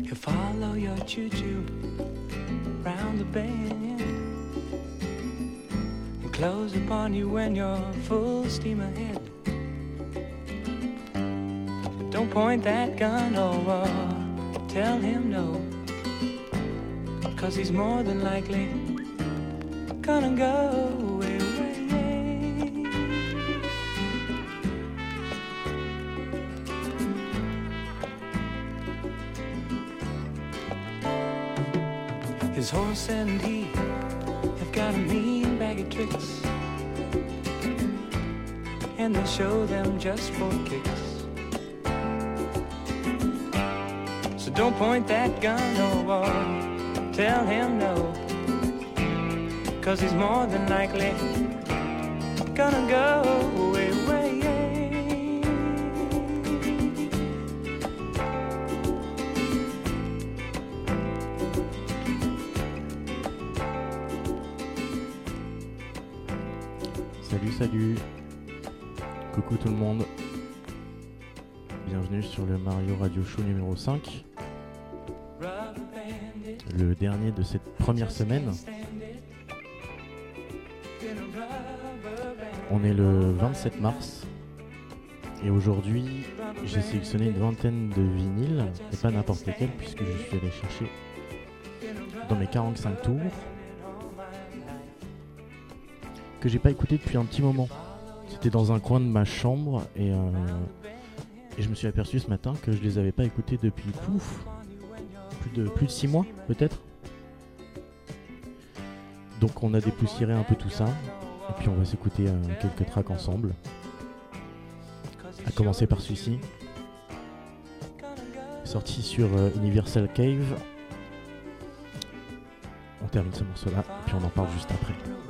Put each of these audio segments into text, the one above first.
He'll follow your choo-choo round the bend and close upon you when you're full steam ahead. But don't point that gun or tell him no, 'cause he's more than likely gonna go away. His horse and he have got a mean bag of tricks, and they show them just for kicks. So don't point that gun or tell him no, 'cause he's more than likely gonna go away. Salut, coucou tout le monde, bienvenue sur le Mario Radio Show numéro 5, le dernier de cette première semaine. On est le 27 mars et aujourd'hui j'ai sélectionné une vingtaine de vinyles, et pas n'importe lesquels puisque je suis allé chercher dans mes 45 tours que j'ai pas écouté depuis un petit moment. C'était dans un coin de ma chambre et je me suis aperçu ce matin que je les avais pas écoutés depuis plus de 6 mois peut-être. Donc on a dépoussiéré un peu tout ça et puis on va s'écouter quelques tracks ensemble. À commencer par celui-ci, sorti sur Universal Cave. On termine ce morceau là et puis on en parle juste après.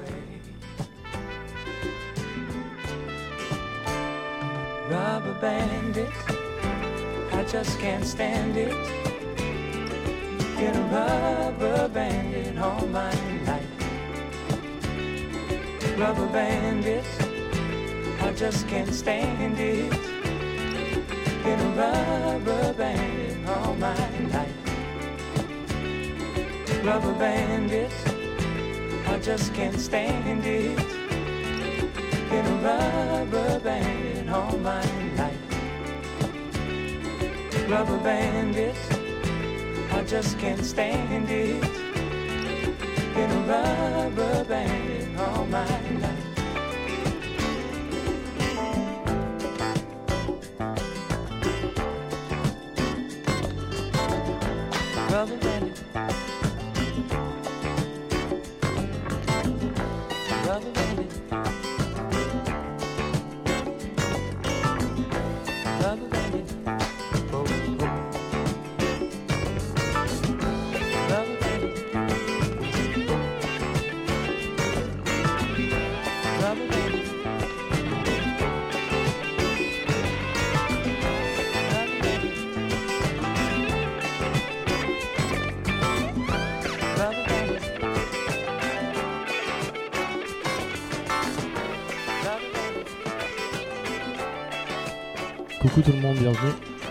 Rubber bandit, I just can't stand it. Been a rubber bandit all my life. Rubber bandit, I just can't stand it. Been a rubber bandit all my life. Rubber bandit, I just can't stand it. Been a rubber bandit all my life. Rubber bandit, I just can't stand it. Been a rubber bandit all my life. Rubber bandit. Rubber bandit. Rubber bandit. Oh, oh. Rubber bandit. Rubber bandit. Rubber bandit. Rubber bandit. Coucou tout le monde, bienvenue.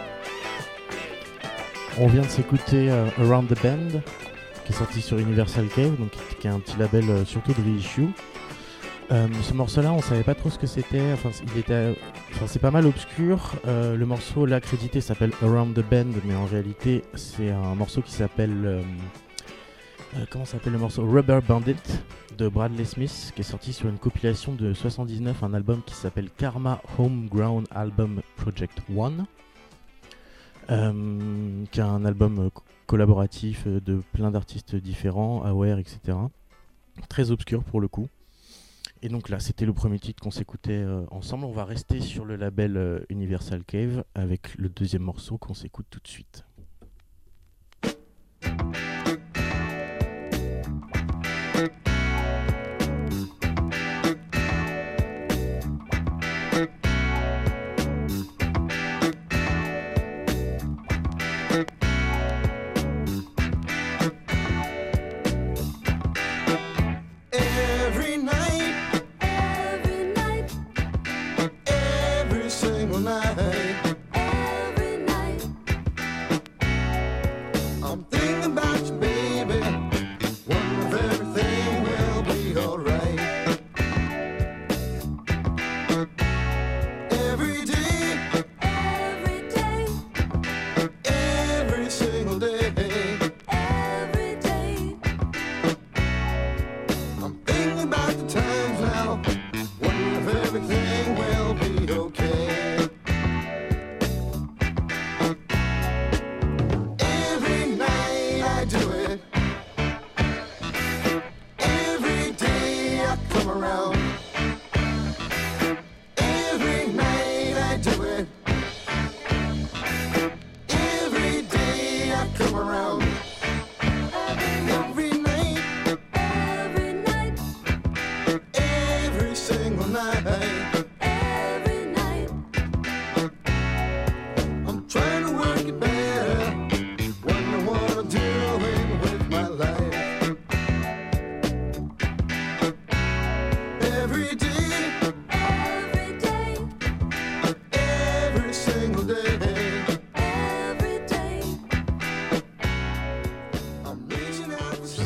On vient de s'écouter Around the Bend, qui est sorti sur Universal Cave, donc qui est un petit label surtout de reissue. Ce morceau-là, on savait pas trop ce que c'était. C'est pas mal obscur. Le morceau là crédité s'appelle Around the Bend, mais en réalité c'est un morceau qui s'appelle comment s'appelle le morceau, Rubber Bandit de Bradley Smith, qui est sorti sur une compilation de 79, un album qui s'appelle Karma Homegrown Album Project 1, qui est un album collaboratif de plein d'artistes différents, Aware, etc. Très obscur pour le coup. Et donc là, c'était le premier titre qu'on s'écoutait ensemble. On va rester sur le label Universal Cave avec le deuxième morceau qu'on s'écoute tout de suite.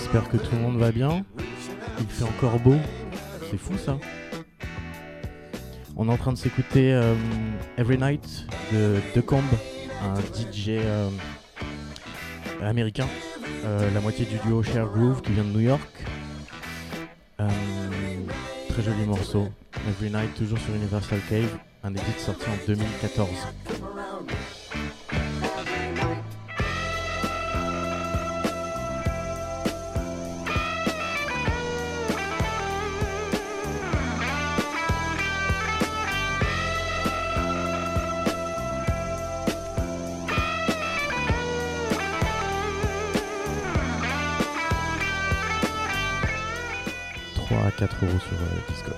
J'espère que tout le monde va bien. Il fait encore beau. C'est fou ça. On est en train de s'écouter Every Night de Decombe, un DJ américain, la moitié du duo Cher Groove qui vient de New York. Très joli morceau. Every Night, toujours sur Universal Cave, un edit sorti en 2014. 4 € sur Discord.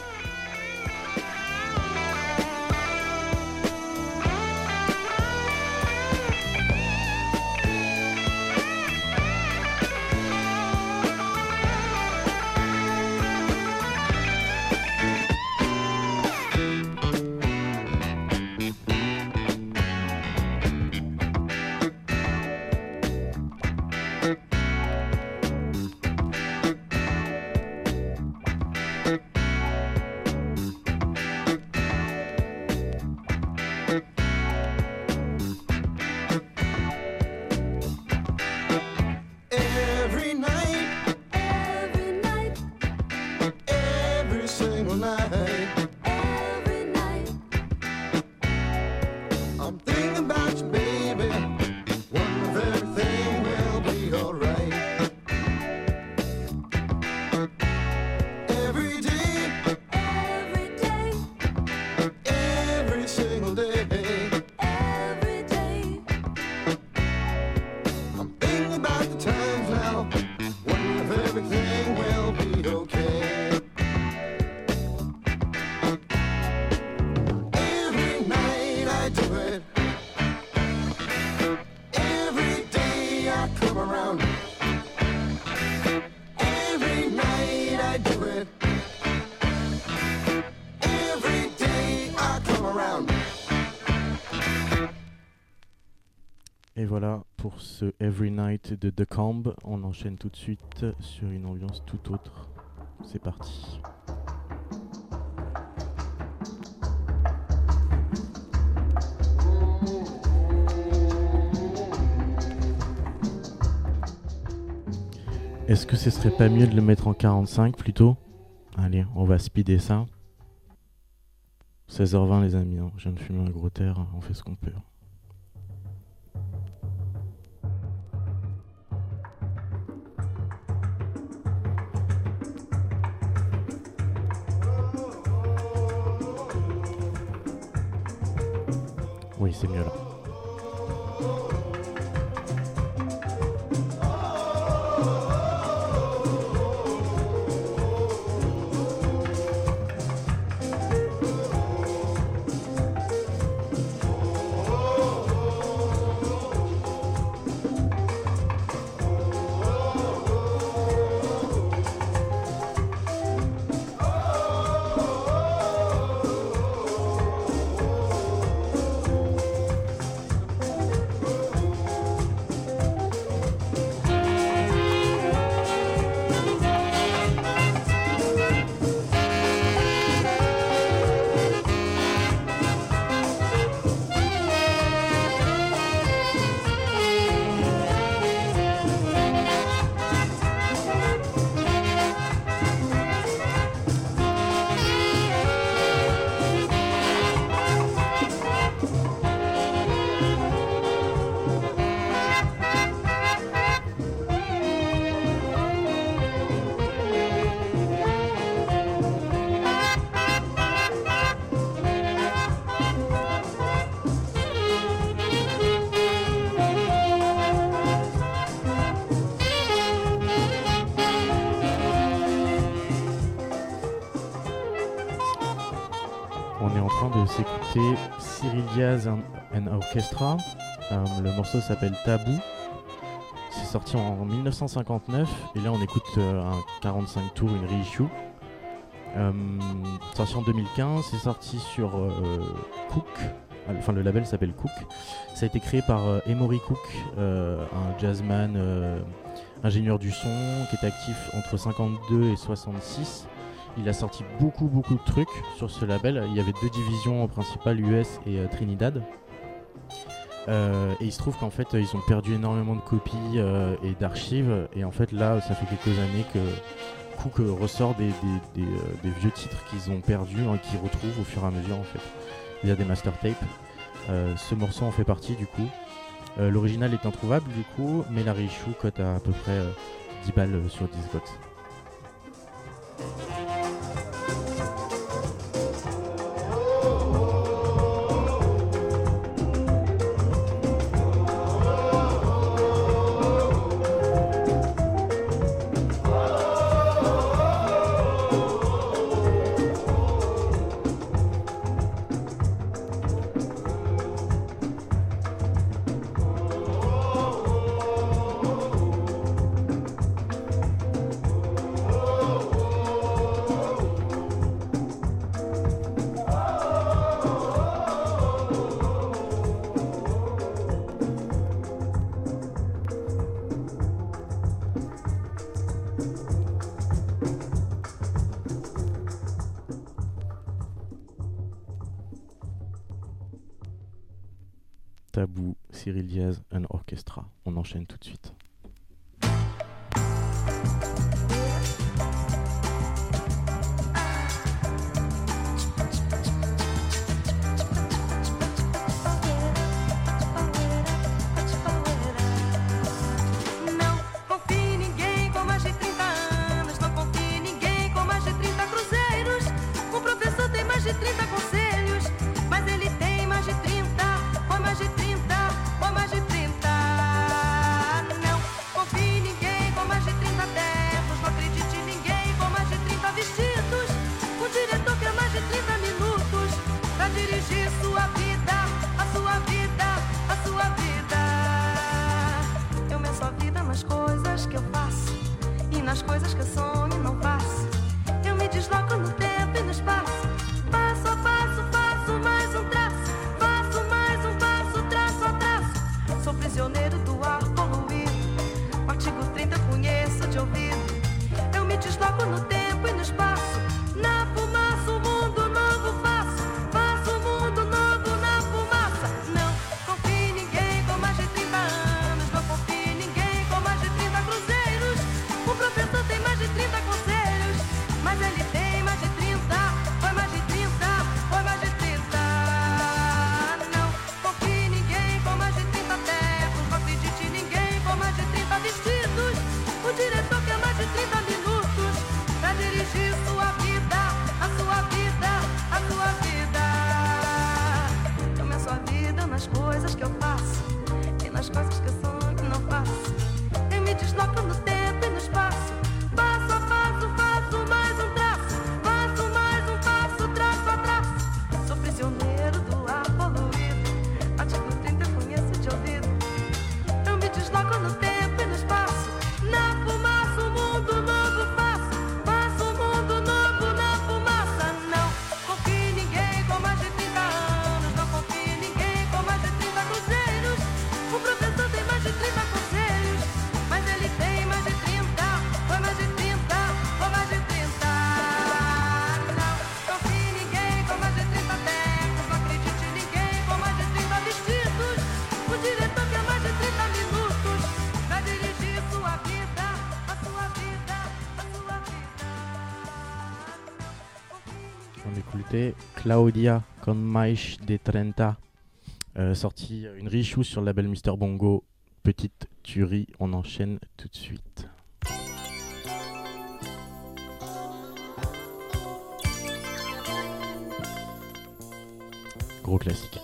Et voilà pour ce Every Night de Decombe. On enchaîne tout de suite sur une ambiance tout autre. C'est parti. Est-ce que ce serait pas mieux de le mettre en 45 plutôt ? Allez, on va speeder ça. 16h20 les amis, hein. Je viens de fumer un gros terre, on fait ce qu'on peut. Oui, c'est mieux là. On est en train de s'écouter Cyril Diaz and Orchestra. Le morceau s'appelle Tabou. C'est sorti en 1959 et là on écoute un 45 tours, une reissue. Sorti en 2015, c'est sorti sur Cook. Enfin le label s'appelle Cook. Ça a été créé par Emory Cook, un jazzman ingénieur du son, qui était actif entre 52 et 66. Il a sorti beaucoup de trucs sur ce label. Il y avait 2 divisions principales, US et Trinidad. Et il se trouve qu'en fait ils ont perdu énormément de copies et d'archives. Et en fait là, ça fait quelques années que Cook ressort des vieux titres qu'ils ont perdus, hein, qu'ils retrouvent au fur et à mesure en fait. Il y a des master tapes. Ce morceau en fait partie du coup. L'original est introuvable du coup, mais la reissue cote à peu près 10 balles sur Discogs. Tabou, Cyril Diaz and Orchestra. On enchaîne tout de suite. Claudia con mais de 30, sorti une reissue sur le label Mr Bongo. Petite tuerie, on enchaîne tout de suite. Gros classique.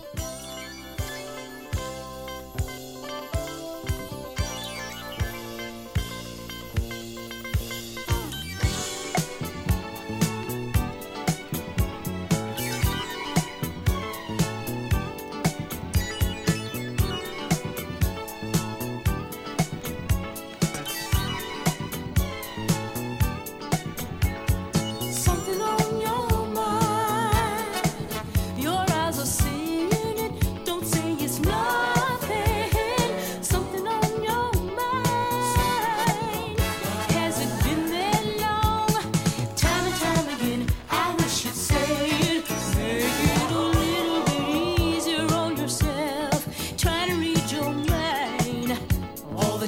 Something on your mind, your eyes are seeing it.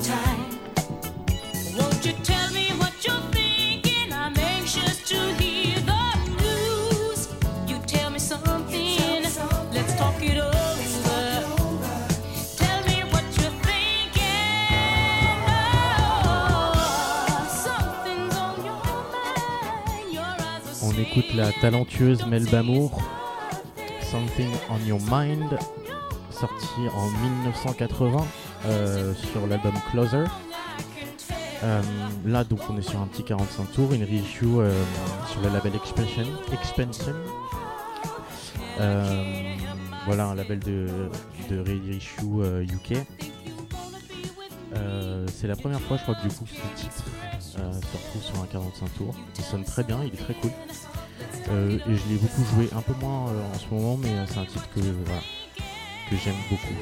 time. Won't you tell me what you're thinking? I'm anxious to hear the news. You tell me something, let's talk it over. Tell me what you're thinking. Oh, something's on your mind. Your eyes are On écoute la talentueuse Melba Moore, Something on Your Mind, sorti en 1980 sur l'album Closer. Là donc on est sur un petit 45 tours, une reissue sur le label Expansion. Voilà un label de reissue UK. C'est la première fois je crois que du coup ce titre se retrouve sur un 45 tours. Il sonne très bien, il est très cool. Et je l'ai beaucoup joué, un peu moins en ce moment, mais c'est un titre que j'aime beaucoup.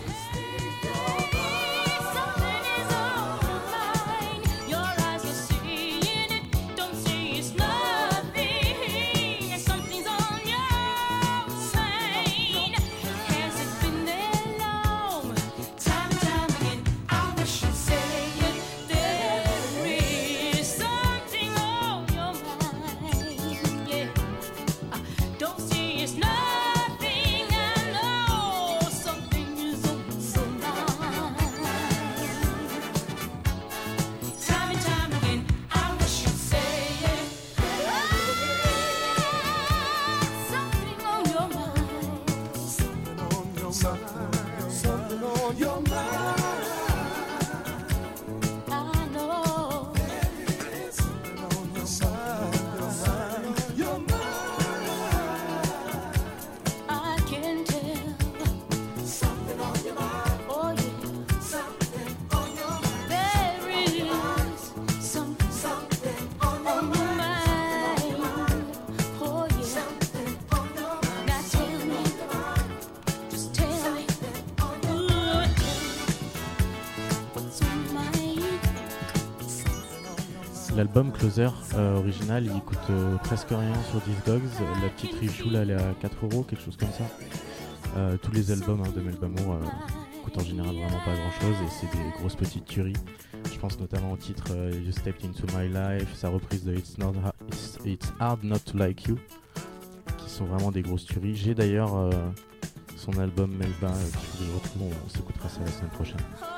L'album Closer original il coûte presque rien sur Discogs. La petite reissue là elle est à 4€, quelque chose comme ça. Tous les albums de Melba Moore coûtent en général vraiment pas grand chose et c'est des grosses petites tueries. Je pense notamment au titre You Stepped Into My Life, sa reprise de It's Hard Not To Like You, qui sont vraiment des grosses tueries. J'ai d'ailleurs son album Melba qu'il faut que je retrouve, on s'écoutera ça la semaine prochaine.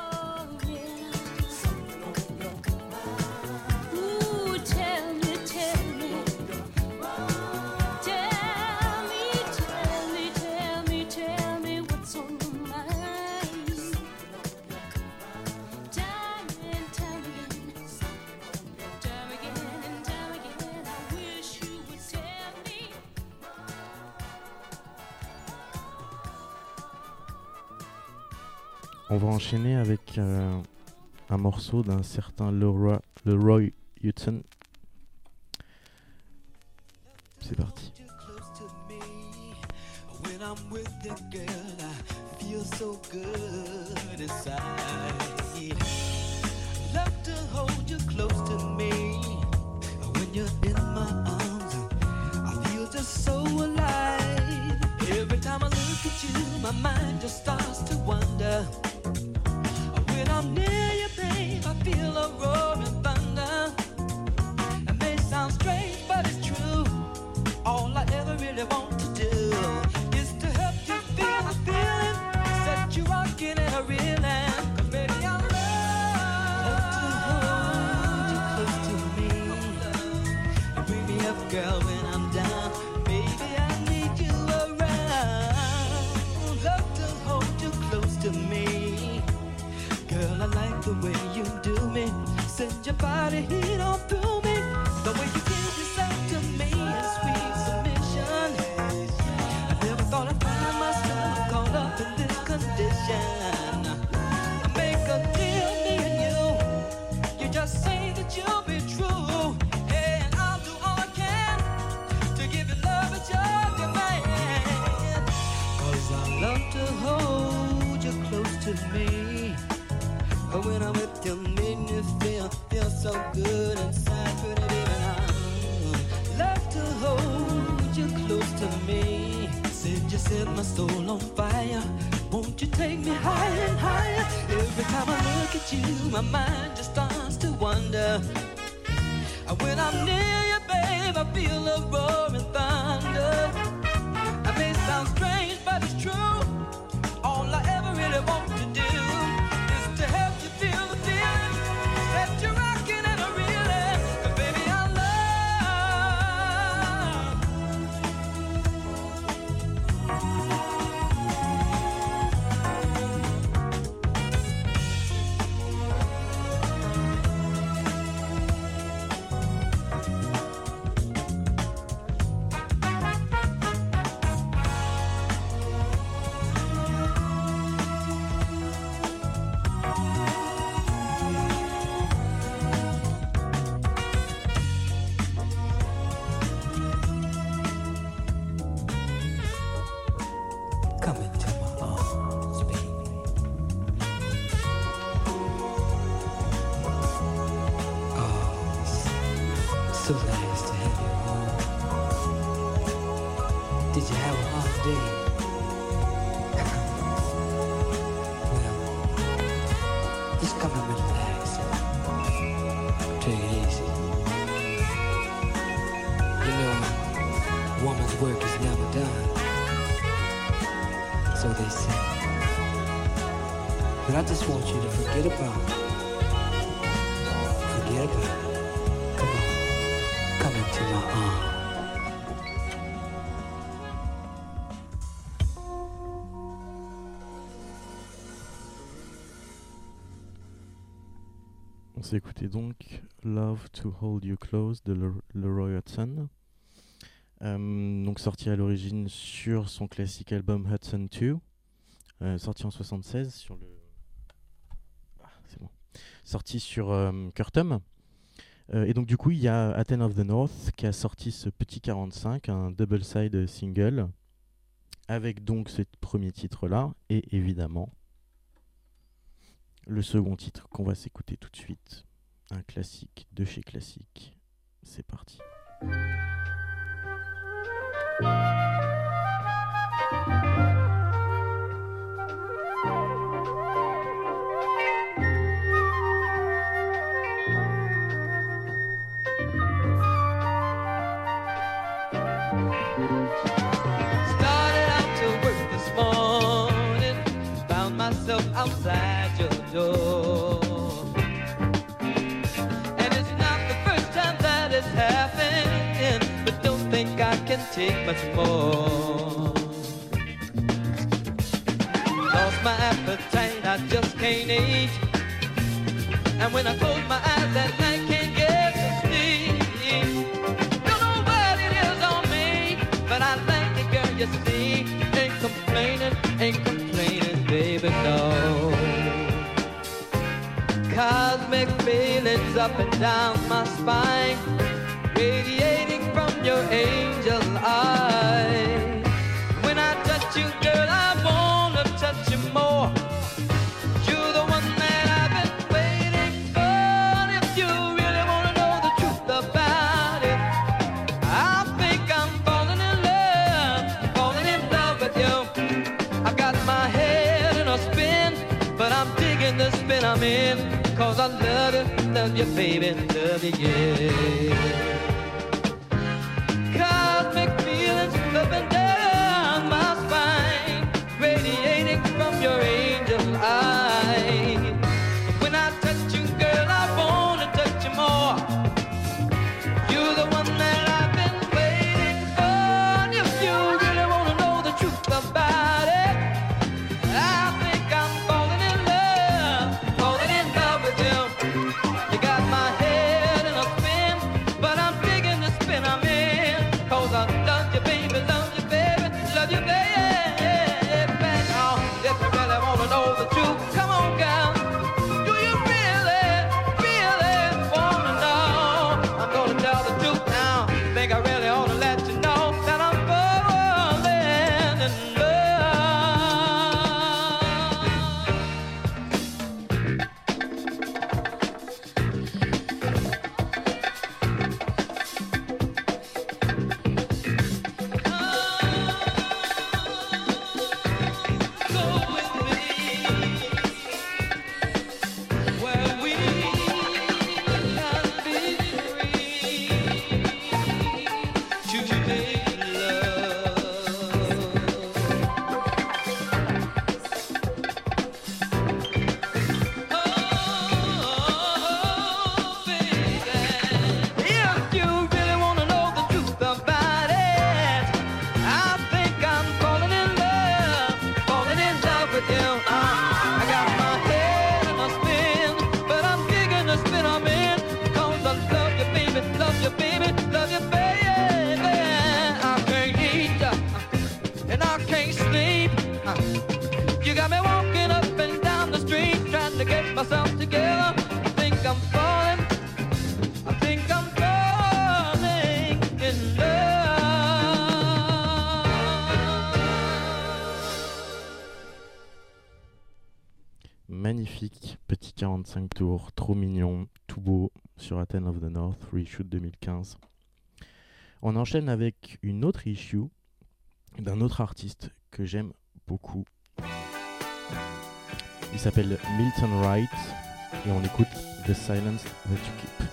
On va enchaîner avec un morceau d'un certain Leroy Hutton. C'est parti. When I'm near you, babe, I feel a roaring thunder. It may sound strange, but it's true. All I ever really want to do is to help you feel my feeling, set you rocking and a reeling. 'Cause baby, I love to hold you close to me and bring me up, girl, when I'm down. Baby, I need you around. Love to hold you close to me. Girl, I like the way you do me. Send your body heat on through me. The way you give yourself to me in sweet submission. I never thought I'd find myself caught up in this condition. I make a deal, me and you. You just say that you'll be true. And I'll do all I can to give you love at your demand. 'Cause I love to hold you close to me. When I'm with you, make me feel so good inside, pretty baby. I love to hold you close to me. Said you set my soul on fire. Won't you take me higher and higher? Every time I look look at you, my mind just starts to wonder. And when I'm near you, babe, I feel a roaring thunder. It may sound strange, but it's true. All I ever really want to do is to help you feel the feeling that you're rocking and a reeling. But baby, I love. Come into my arms, baby. Oh, it's so nice to have you home. Did you have a hard day? Well, just come and relax. Take it easy. You know, woman's work is never done. So they say. But I just want you to forget about it. Forget about it. Come on. Come into my arms. On s'est écouté donc Love to Hold You Close de Leroy Hudson. Donc sorti à l'origine sur son classique album Hudson 2, sorti en 76 sur le... c'est bon. Sorti sur Curtom. Et donc du coup il y a Aten of the North qui a sorti ce petit 45, un double side single, avec donc ce premier titre là, et évidemment le second titre qu'on va s'écouter tout de suite, un classique de chez classique. C'est parti. Started out to work this morning, found myself outside your door. And it's not the first time that it's happened, but don't think I can take much more. Lost my appetite, I just can't eat. And when I close my eyes at night, can't get to sleep. Don't know what it is on me, but I like it, girl, you see. Ain't complaining, baby, no. Cosmic feelings up and down my spine, radiating from your angel eyes. When I touch you, girl, I wanna touch you more. You're the one that I've been waiting for. If you really wanna know the truth about it, I think I'm falling in love with you. I got my head in a spin, but I'm digging the spin I'm in, 'cause I love you, baby, love you, yeah. Cosmic feelings up and down my spine, radiating from your angel eyes. When I touch you, girl, I wanna touch you more. You're the one that I've been waiting for. If you really wanna know the truth about it, I think I'm falling in love with you. You got my head in a spin, but I'm to get myself together. I think I'm falling. I think I'm falling in love. Magnifique, petit 45 tours, trop mignon, tout beau, sur Athens of the North, reissue 2015. On enchaîne avec une autre issue d'un autre artiste que j'aime beaucoup. Il s'appelle Milton Wright et on écoute The Silence That You Keep.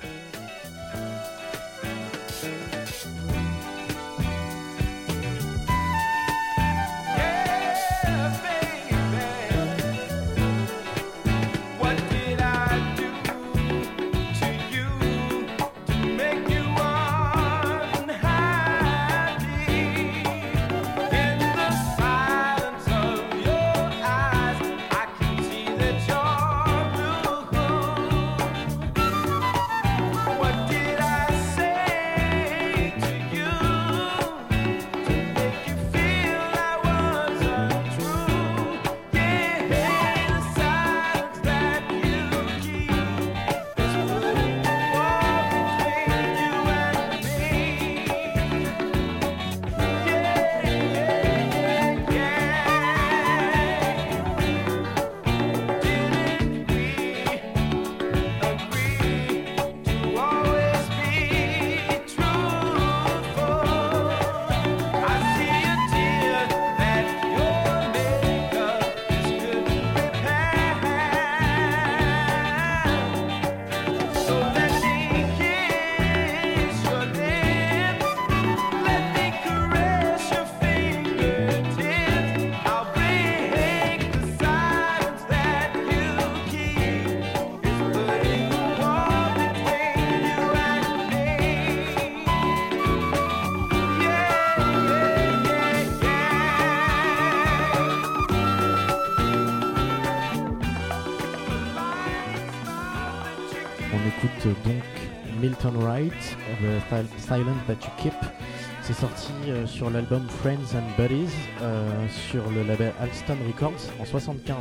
Donc Milton Wright, The Silence That You Keep. C'est sorti sur l'album Friends and Buddies sur le label Alston Records en 75.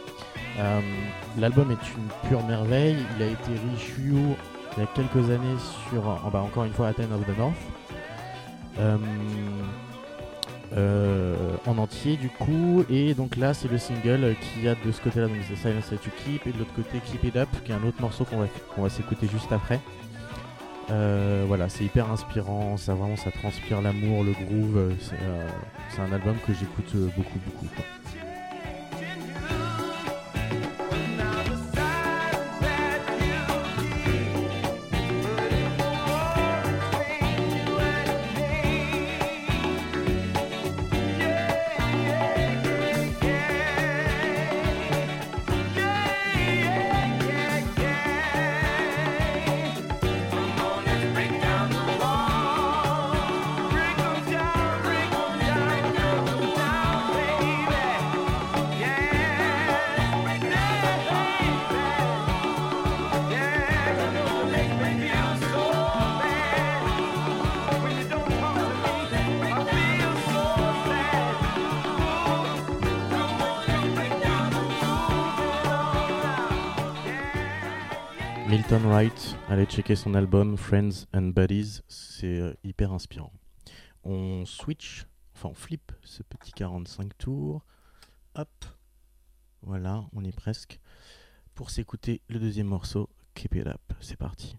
L'album est une pure merveille. Il a été reissue il y a quelques années sur encore une fois Athens of the North en entier du coup, et donc là c'est le single qui a de ce côté là, donc The Silence That You Keep, et de l'autre côté Keep It Up, qui est un autre morceau qu'on va s'écouter juste après. Voilà, c'est hyper inspirant, ça transpire l'amour, le groove, c'est un album que j'écoute beaucoup quoi. Milton Wright, allez checker son album Friends and Buddies, c'est hyper inspirant. On switch, enfin on flippe ce petit 45 tours, hop, voilà, on y est presque, pour s'écouter le deuxième morceau, Keep It Up, c'est parti.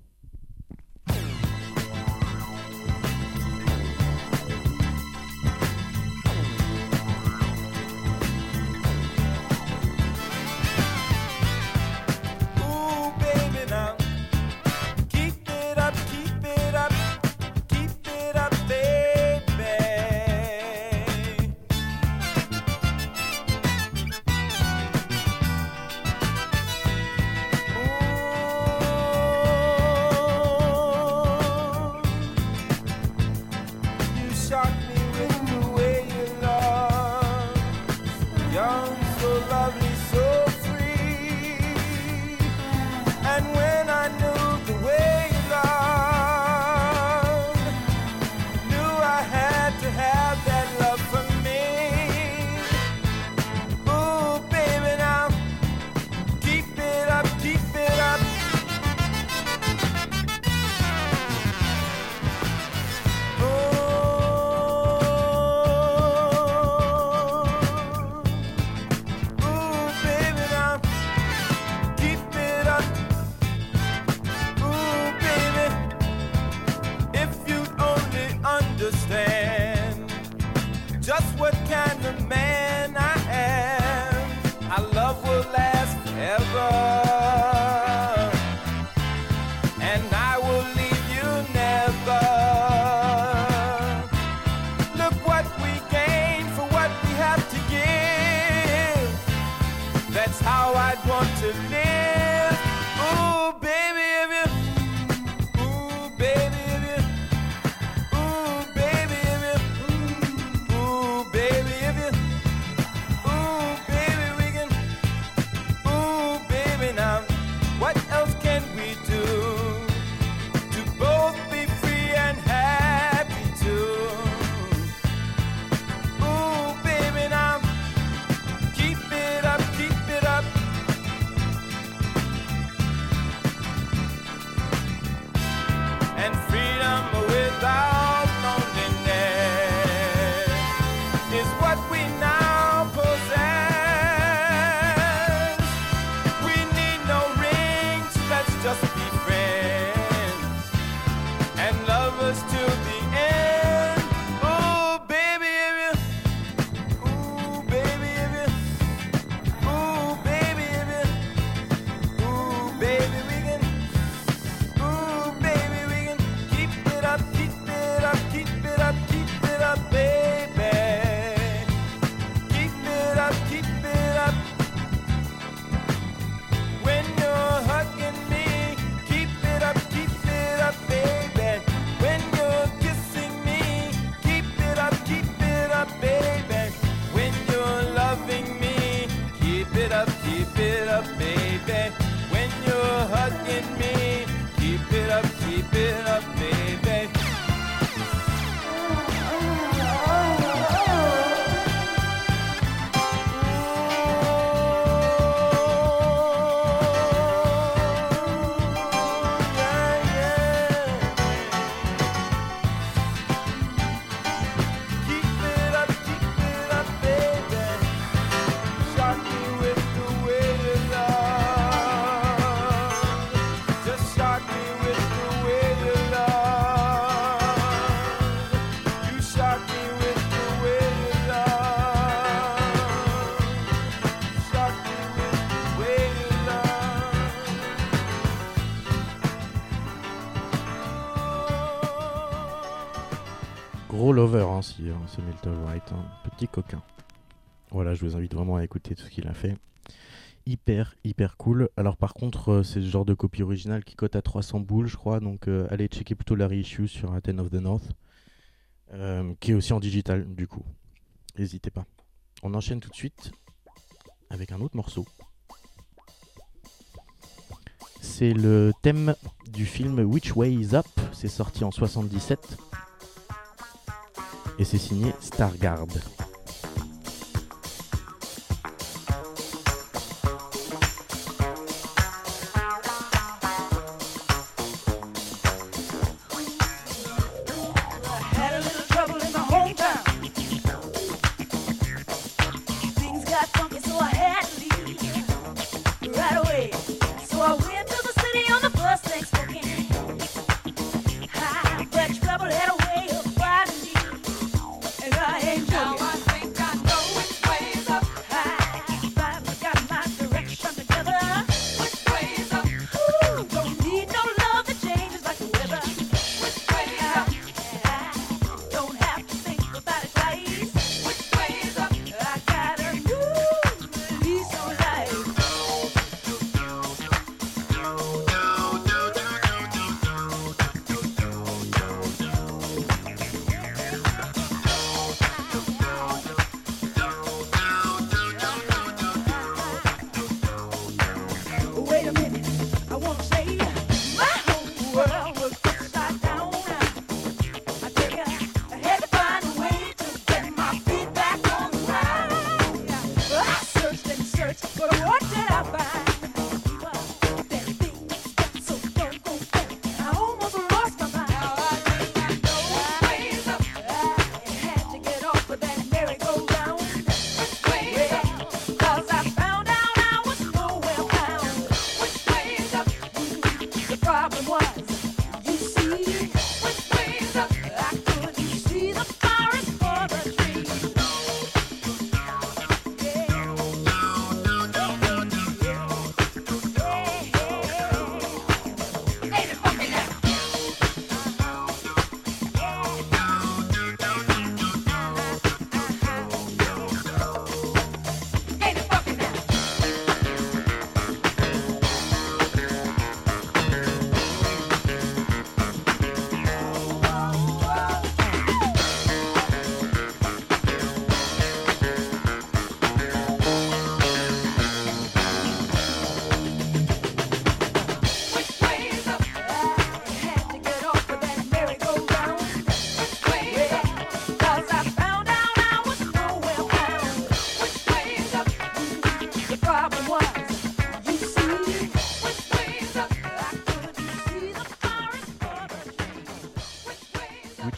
Ooh, kind of man I am. Our love will last forever, and I will leave you never. Look what we gain for what we have to give. That's how I'd want to live. Ooh, baby, if you, ooh, baby, if you, ooh, baby, if you, ooh, baby, if you, ooh, baby, we can, ooh, baby, now, what else can we do to both be free and happy too? Ooh, baby, now, keep it up, keep it up. And freedom without loneliness is what we now possess. We need no rings, let's just be friends and lovers till the end. Oh, baby, if you, ooh, baby, if you, ooh, baby, if you, ooh, baby, we can, ooh, baby, we can keep it up, keep it up, keep it up, keep it up, baby. Keep it up, keep it up. When you're hugging me, keep it up, baby. When you're kissing me, keep it up, baby. When you're loving me, keep it up, baby. When you're hugging me, keep it up, baby. Keep it up, baby. Shock me with the way you love. Just shock me with the way you love. You shock me with the way you love. Shock me with the way you love. Gros lover, hein, si, ce Milton Wright, hein. Petit coquin. Voilà, je vous invite vraiment à écouter tout ce qu'il a fait. Hyper cool. Alors par contre, c'est ce genre de copie originale qui cote à 300 boules, je crois. Donc allez checker plutôt la reissue sur Aten of the North, qui est aussi en digital, du coup. N'hésitez pas. On enchaîne tout de suite avec un autre morceau. C'est le thème du film Which Way Is Up. C'est sorti en 77. Et c'est signé Stargard. Had a little trouble in my hometown. Things got funky, so I had to leave right away. So I went to the city on the bus next weekend. But trouble had a way of finding me, and I ain't joking.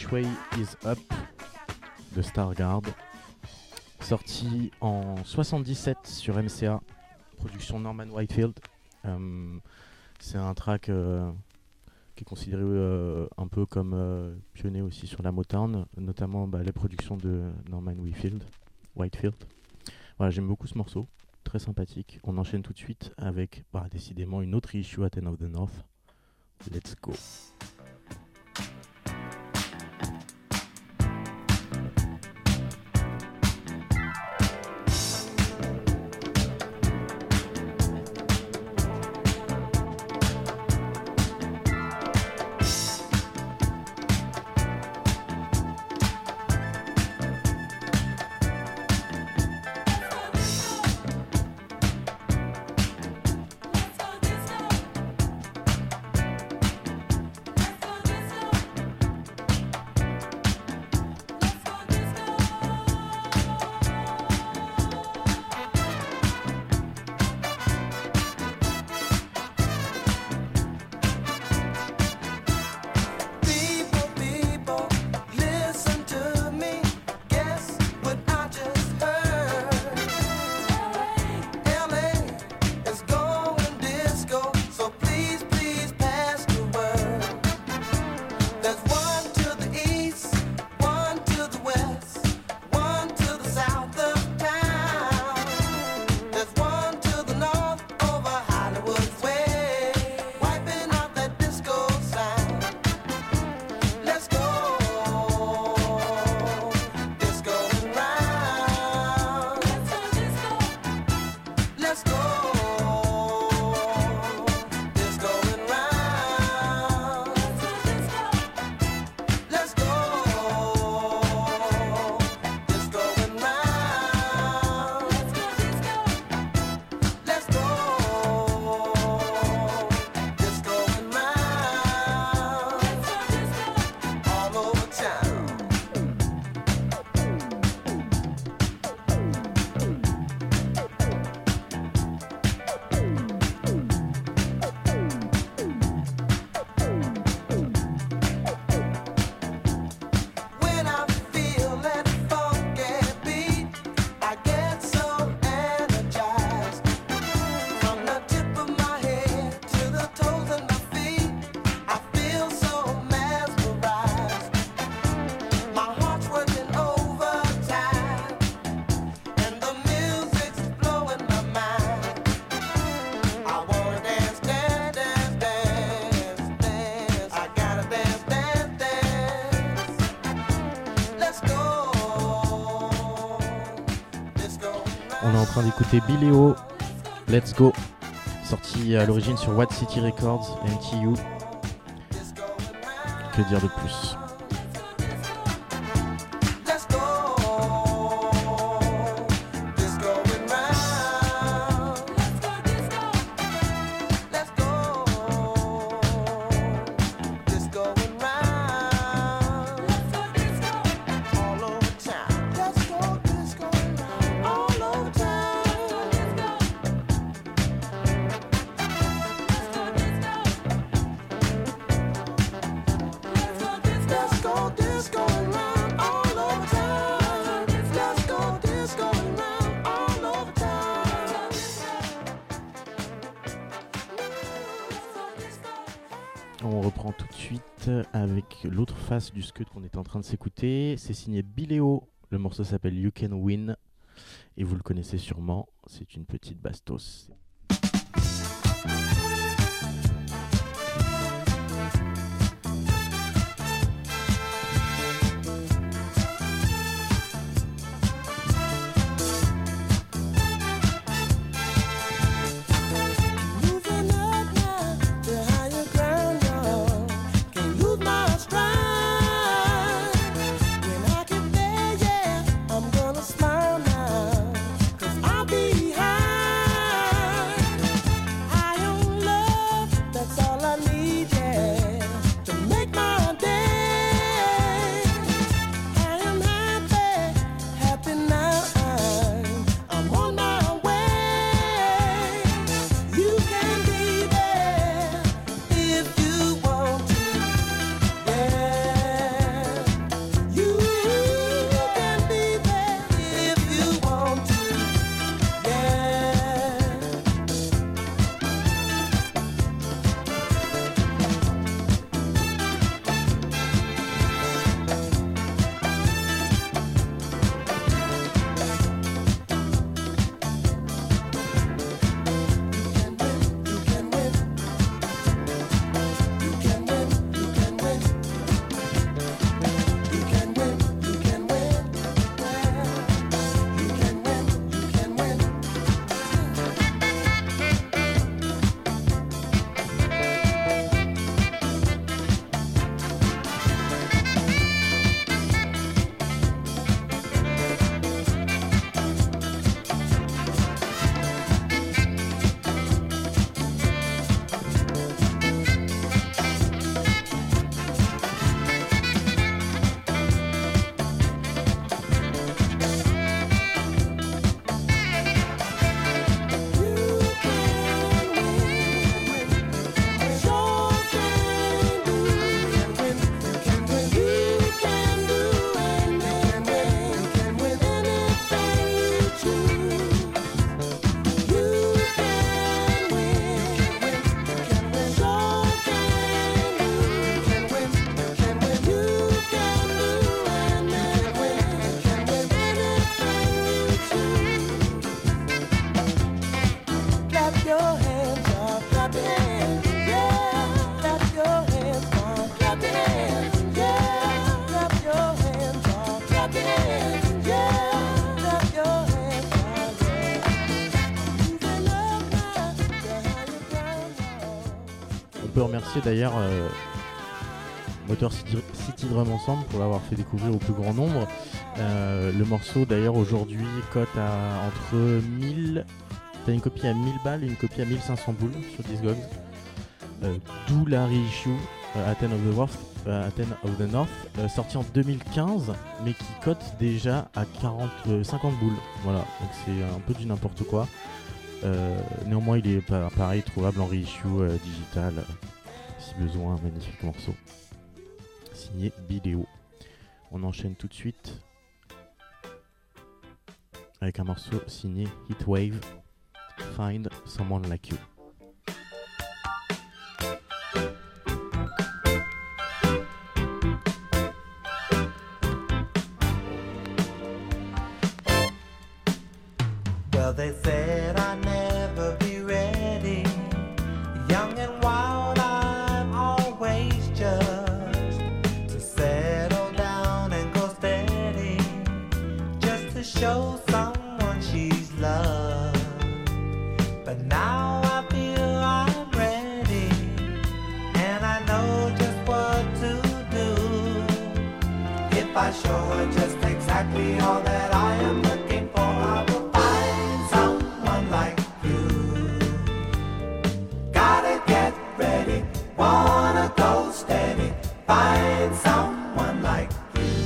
Which Way Is Up de Stargard, sorti en 77 sur MCA, production Norman Whitefield. C'est un track qui est considéré un peu comme pionnier aussi sur la Motown, notamment les productions de Norman Whitefield. Voilà, j'aime beaucoup ce morceau, très sympathique. On enchaîne tout de suite avec décidément une autre issue à Ten of the North. Let's go. On est en train d'écouter Bileo, Let's Go, sorti à l'origine sur Watt City Records, MTU. Que dire de plus? On reprend tout de suite avec l'autre face du scud qu'on était en train de s'écouter. C'est signé Bileo, le morceau s'appelle You Can Win et vous le connaissez sûrement, c'est une petite bastos. I'm gonna smile now, 'cause I'll be high. peut remercier d'ailleurs Motor City Drum Ensemble pour l'avoir fait découvrir au plus grand nombre. Le morceau d'ailleurs aujourd'hui cote à entre 1000. T'as une copie à 1000 balles et une copie à 1500 boules sur Discogs. D'où la reissue Athens of the North, sorti en 2015, mais qui cote déjà à 50 boules. Voilà, donc c'est un peu du n'importe quoi. Néanmoins, il est pareil, trouvable en reissue digital, si besoin. Un magnifique morceau. Signé Bidéo. On enchaîne tout de suite avec un morceau signé Heatwave, Find Someone Like You. Well, they said I'd never be ready. Young and wild, I'm always just to settle down and go steady, just to show someone she's loved. But now I feel I'm ready, and I know just what to do. If I show her just exactly all that I am looking for, I will find someone like you. Gotta get ready, wanna go steady, find someone like you.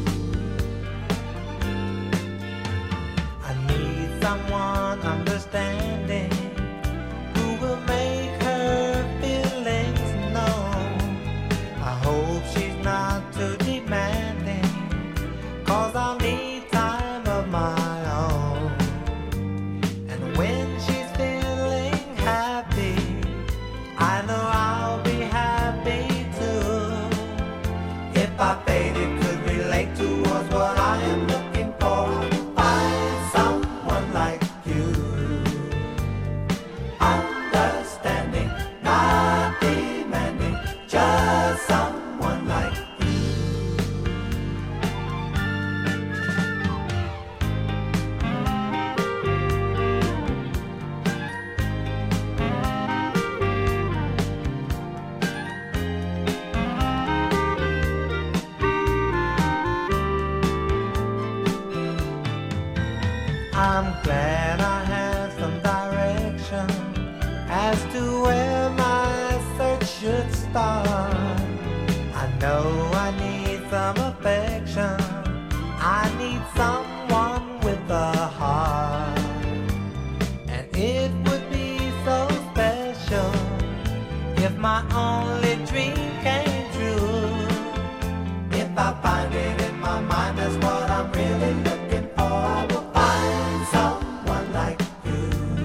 I need someone understanding, who will make her feelings known. I hope she's not too demanding, 'cause I'll need time of my own. And when she's feeling happy, I know I'll be happy too. If I faded could relate towards what I am looking for, I will find someone like you. Understanding, not demanding, just someone like you. I'm glad I have some direction as to where my search should start. I know I need some affection, I need someone with a heart. And it would be so special if my only dream came true. If I find it in my mind, that's what I'm really looking for. I will find someone like you.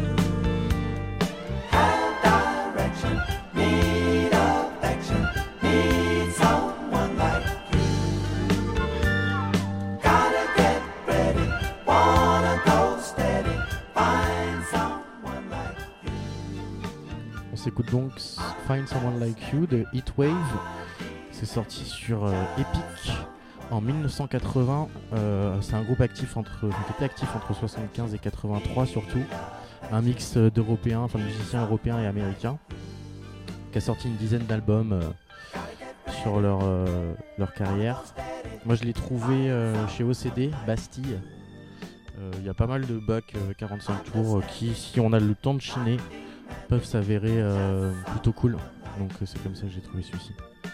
Have direction, need affection, need someone like you. Gotta get ready, wanna go steady, find someone like you. On s'écoute donc Find Someone Like You de Heatwave. C'est sorti sur Epic en 1980. C'est un groupe actif qui était actif entre 75 et 83 surtout. Un mix d'Européens, enfin de musiciens européens et américains, qui a sorti une dizaine d'albums sur leur carrière. Moi je l'ai trouvé chez OCD, Bastille. Il y a pas mal de bacs 45 tours qui, si on a le temps de chiner, peuvent s'avérer plutôt cool. Donc c'est comme ça que j'ai trouvé celui-ci.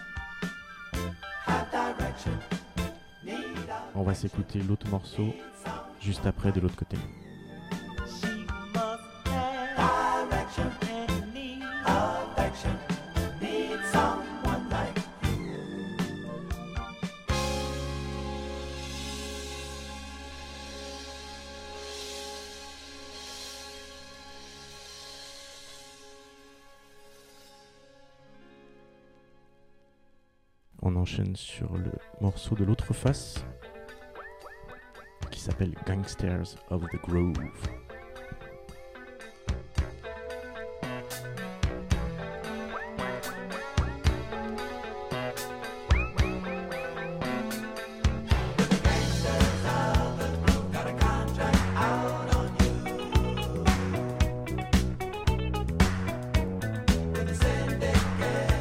On va s'écouter l'autre morceau juste après de l'autre côté. She must have direction and need affection, need someone like you. On enchaîne sur le morceau de l'autre face qui s'appelle Gangsters of the Grove. With a syndicate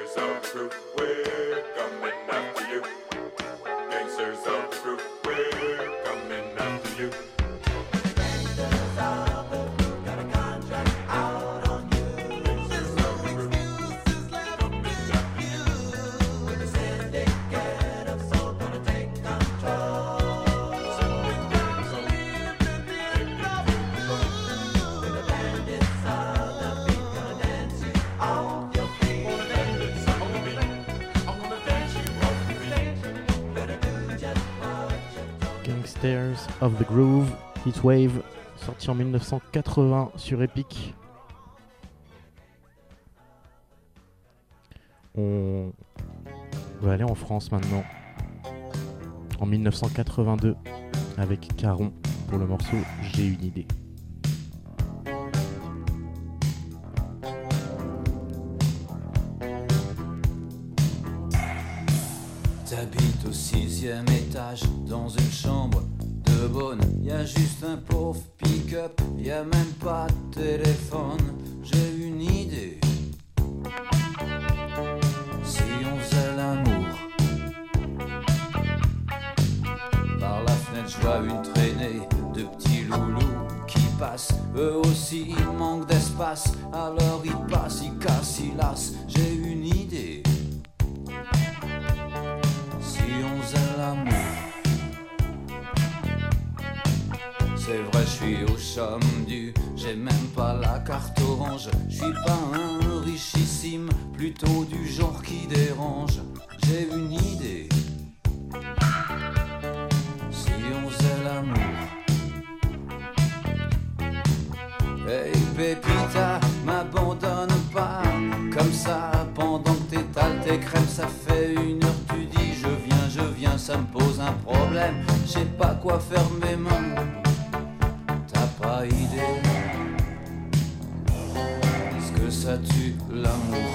Gangsters of the crew, we're coming after you. Gangsters of the crew, we're coming after you. Gangsters of the Groove, Heatwave, sorti en 1980 sur Epic. On va aller en France maintenant, en 1982, avec Caron pour le morceau J'ai une idée. T'habites au 6e étage, dans une chambre de bonne. Y'a juste un pauvre pick-up, y'a même pas de téléphone. J'ai une idée. Si on faisait l'amour, par la fenêtre je vois une traînée de petits loulous qui passent. Eux aussi ils manquent d'espace, alors ils passent, ils cassent, ils lassent. J'ai une idée. On faisait l'amour. C'est vrai, je suis au chôme du, j'ai même pas la carte orange. Je suis pas un richissime, plutôt du genre qui dérange. J'ai une idée. Si on faisait l'amour. Hey Pépita, m'abandonne pas comme ça pendant que t'étales tes crèmes. Ça fait 1 heure tu dis je viens, ça me pose un problème. Je sais pas quoi faire de mes mains. T'as pas idée ce que ça tue l'amour.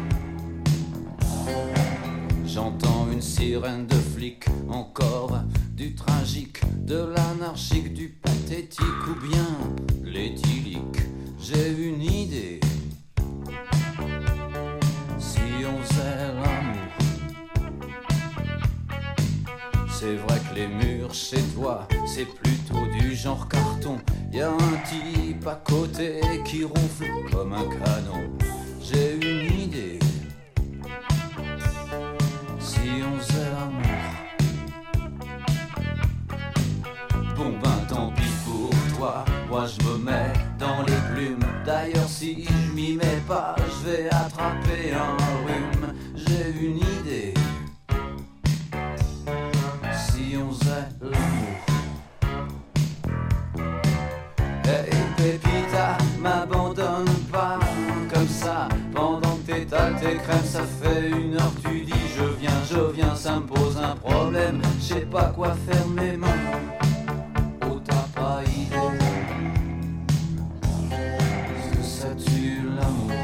J'entends une sirène de flic, encore du tragique, de l'anarchique, du pathétique ou bien l'éthylique. J'ai une idée. Si on faisait l'amour. C'est vrai que les murs chez toi, c'est plutôt du genre carton. Y'a un type à côté qui ronfle comme un canon. J'ai une idée. Si on faisait l'amour. Bon ben tant pis pour toi, moi je me mets dans les plumes. D'ailleurs si je m'y mets pas, je vais attraper un rhume. J'ai une idée. Si on faisait l'amour. Hey Pépita, m'abandonne pas comme ça pendant que t'étales tes crèmes. Ça fait 1 heure tu dis je viens, ça me pose un problème. Je sais pas quoi faire de mes mains. Oh t'as pas idée ce que ça tue l'amour.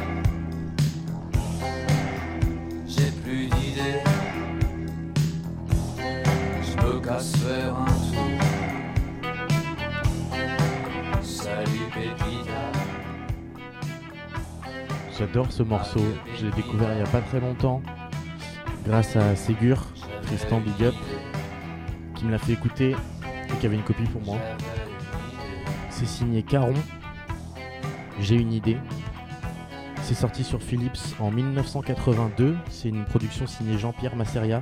J'ai plus d'idées. Je me casse faire un tour. Salut Pépita. J'adore ce morceau, je l'ai découvert il y a pas très longtemps grâce à Ségur, Tristan Big Up, qui me l'a fait écouter et qui avait une copie pour moi. C'est signé Caron, J'ai une idée. C'est sorti sur Philips en 1982, c'est une production signée Jean-Pierre Masseria.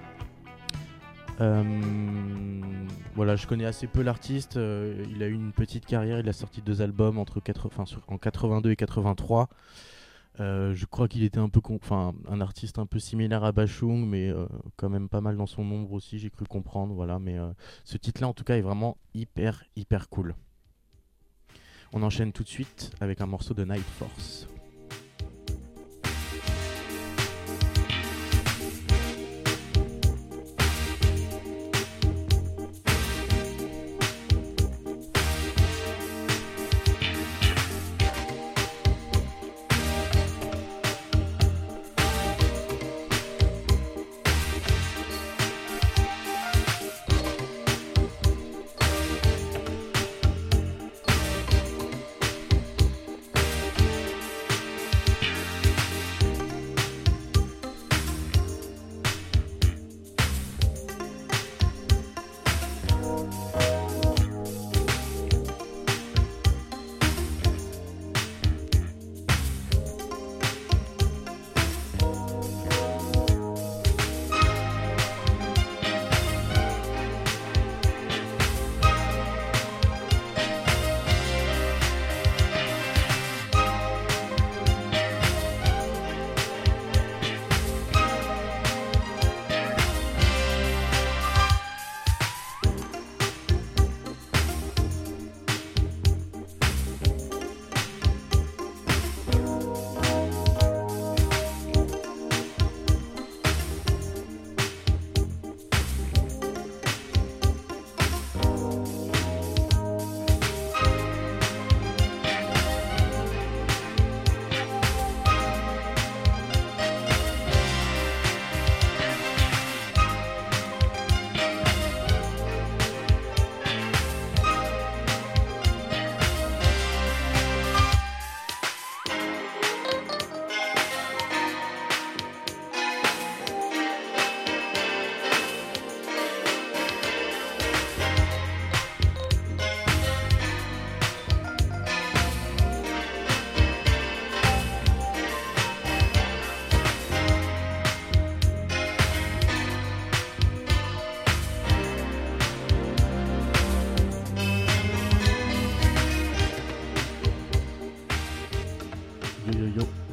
Voilà, je connais assez peu l'artiste, il a eu une petite carrière, il a sorti 2 albums en 82 et 83. Je crois qu'il était un peu un artiste un peu similaire à Bashung, mais quand même pas mal dans son ombre aussi, j'ai cru comprendre, voilà. Mais ce titre-là, en tout cas, est vraiment hyper cool. On enchaîne tout de suite avec un morceau de Night Force.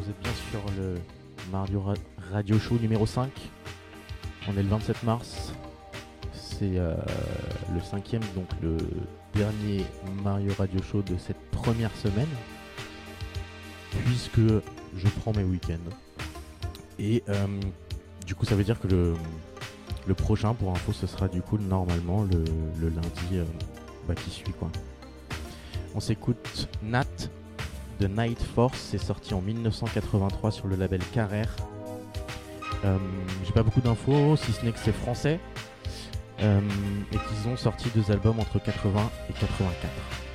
Vous êtes bien sur le Mario Radio Show numéro 5. On est le 27 mars. C'est le 5e, donc le dernier Mario Radio Show de cette première semaine. Puisque je prends mes week-ends. Et du coup, ça veut dire que le prochain, pour info, ce sera du coup normalement le lundi qui suit, quoi. On s'écoute Nat de Night Force, c'est sorti en 1983 sur le label Carrère. J'ai pas beaucoup d'infos, si ce n'est que c'est français et qu'ils ont sorti 2 albums entre 80 et 84.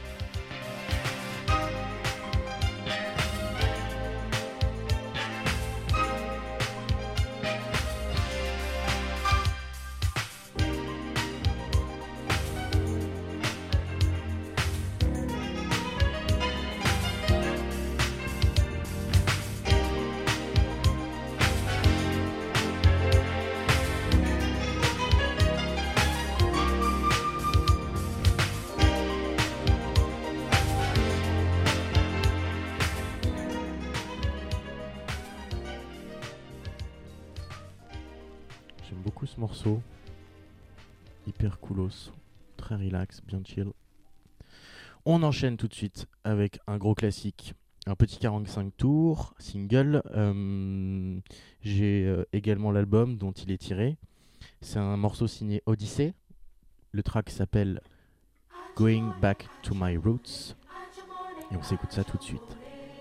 J'aime beaucoup ce morceau, hyper coolos, très relax, bien chill. On enchaîne tout de suite avec un gros classique, un petit 45 tours, single. J'ai également l'album dont il est tiré. C'est un morceau signé Odyssey. Le track s'appelle Going Back to My Roots. Et on s'écoute ça tout de suite.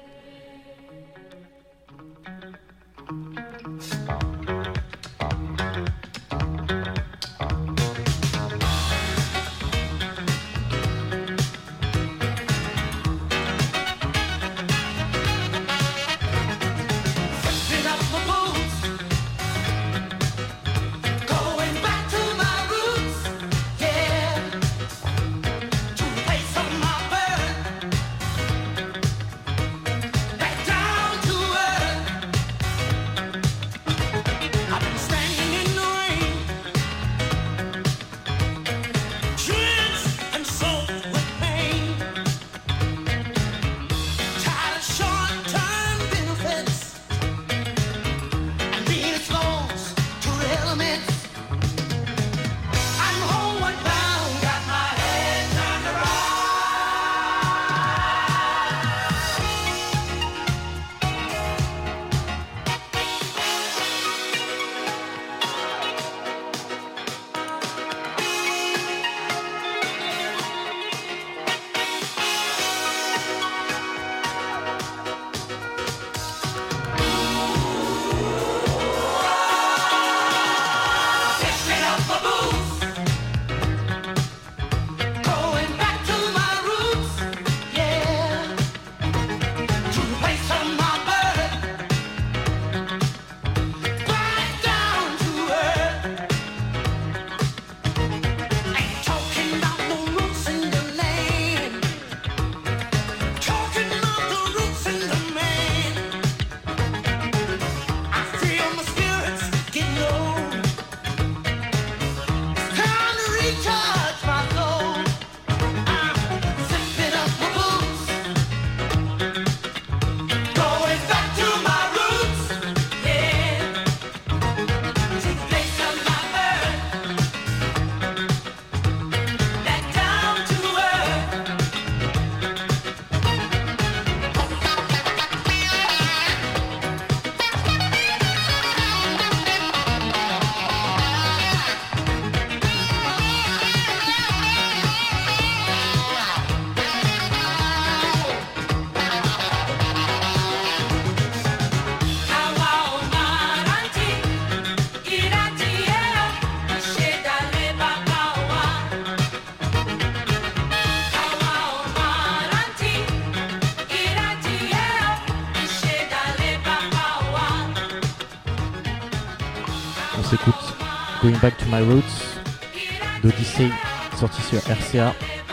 On s'écoute Going Back to My Roots d'Odyssey, sorti sur RCA.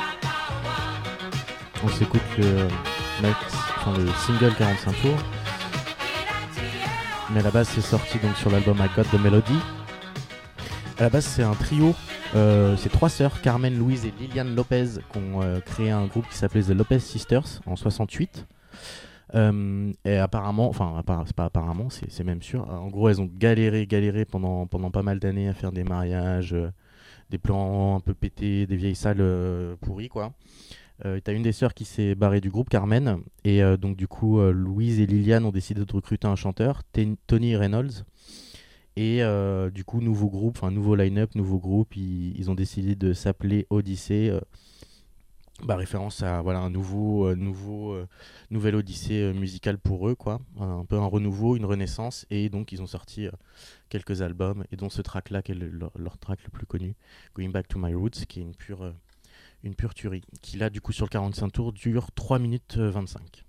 On s'écoute le single 45 tours. Mais à la base c'est sorti donc sur l'album I Got the Melody. À la base c'est un trio, c'est 3 sœurs, Carmen, Louise et Liliane Lopez, qui ont créé un groupe qui s'appelait The Lopez Sisters en 68. Et apparemment, c'est pas apparemment, c'est même sûr. En gros, elles ont galéré pendant pas mal d'années à faire des mariages, des plans un peu pétés, des vieilles salles pourries, quoi. T'as une des sœurs qui s'est barrée du groupe, Carmen, et donc du coup, Louise et Liliane ont décidé de recruter un chanteur, Tony Reynolds. Et du coup, nouveau groupe, nouveau line-up, nouveau groupe, ils ont décidé de s'appeler Odyssey. Référence à voilà un nouvelle odyssée musicale pour eux, quoi, un peu un renouveau, une renaissance, et donc ils ont sorti quelques albums, et dont ce track là qui est leur track le plus connu, Going Back to My Roots, qui est une pure tuerie, qui là du coup sur le 45 tours dure 3 minutes 25.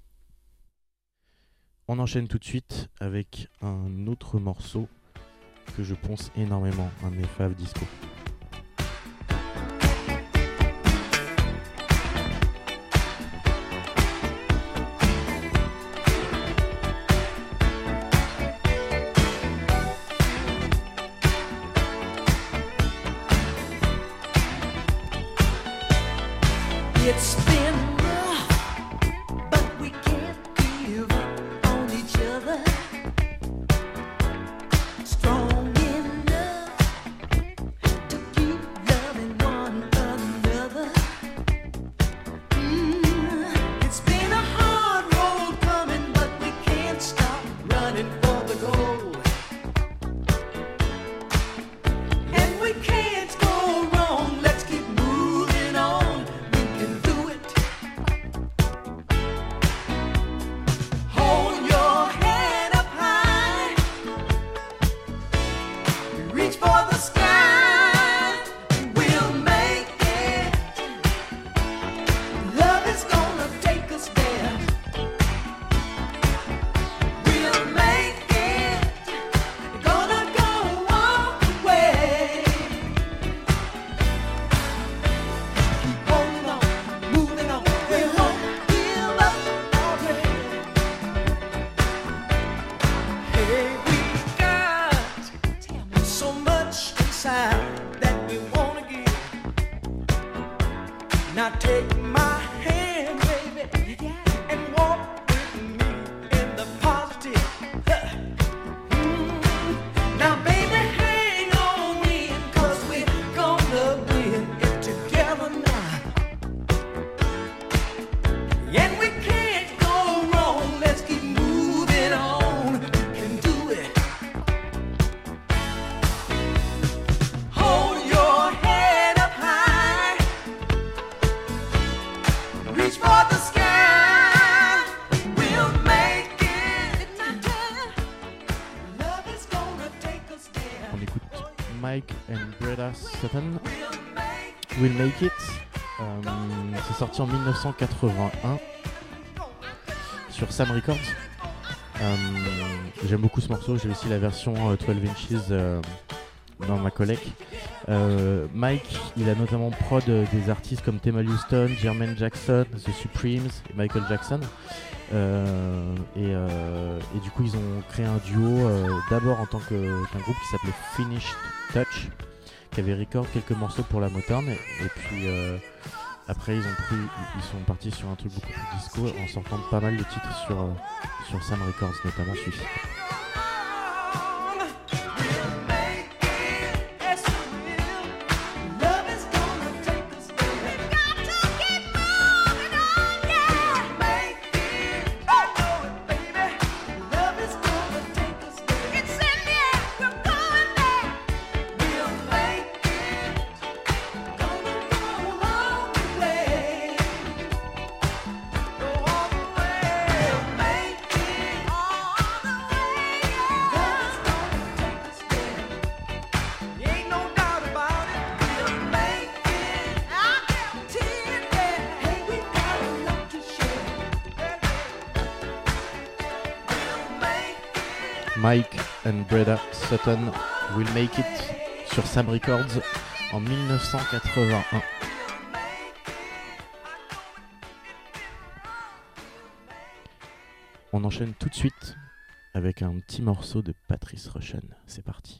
On enchaîne tout de suite avec un autre morceau que je ponce énormément, un de mes faves disco. It's been rough, but we can't give up on each other. Strong enough to keep loving one another. It's been a hard road coming, but we can't stop running for the goal. And we can't go wrong, let's keep moving on. Hold your head up high, reach for the sky, we'll make it. Love is gonna take us there. We'll make it, gonna go all the way. Keep holding on, moving on, we won't give up already. Hey, we got so much inside that we wanna give. Now take my hand, baby, and walk with me in the positive. Now, baby, hang on in, 'cause we're gonna win it together now. And we can't go wrong, let's keep moving on, we can do it. Hold your head up high, reach for the sky, we'll make it. Love is gonna take us there. On écoute Mike and Breda Sutton, We'll make Will Make It. C'est sorti en 1981 sur Sam Records. J'aime beaucoup ce morceau, j'ai aussi la version 12 inches dans ma collecte. Mike, il a notamment prod des artistes comme Thelma Houston, Jermaine Jackson, The Supremes et Michael Jackson. Et du coup, ils ont créé un duo d'abord en tant qu'un groupe qui s'appelait Finished Touch, qui avait record quelques morceaux pour la Motown, et puis après ils sont partis sur un truc beaucoup plus disco en sortant pas mal de titres sur Sam Records, notamment celui-ci. Mike and Breda Sutton, Will Make It sur Sam Records en 1981. On enchaîne tout de suite avec un petit morceau de Patrice Rushen. C'est parti.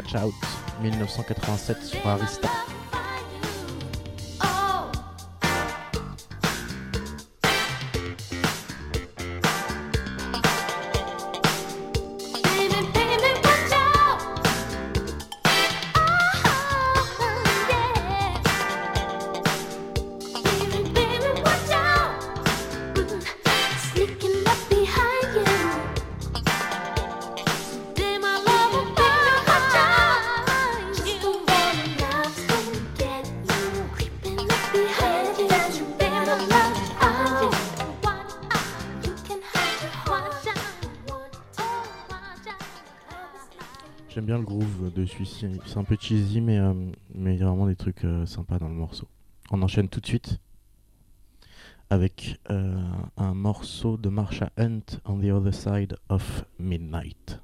Watch Out, 1987 sur Arista. J'aime bien le groove dessus, c'est un peu cheesy mais il y a vraiment des trucs sympas dans le morceau. On enchaîne tout de suite avec un morceau de Marsha Hunt, On the Other Side of Midnight.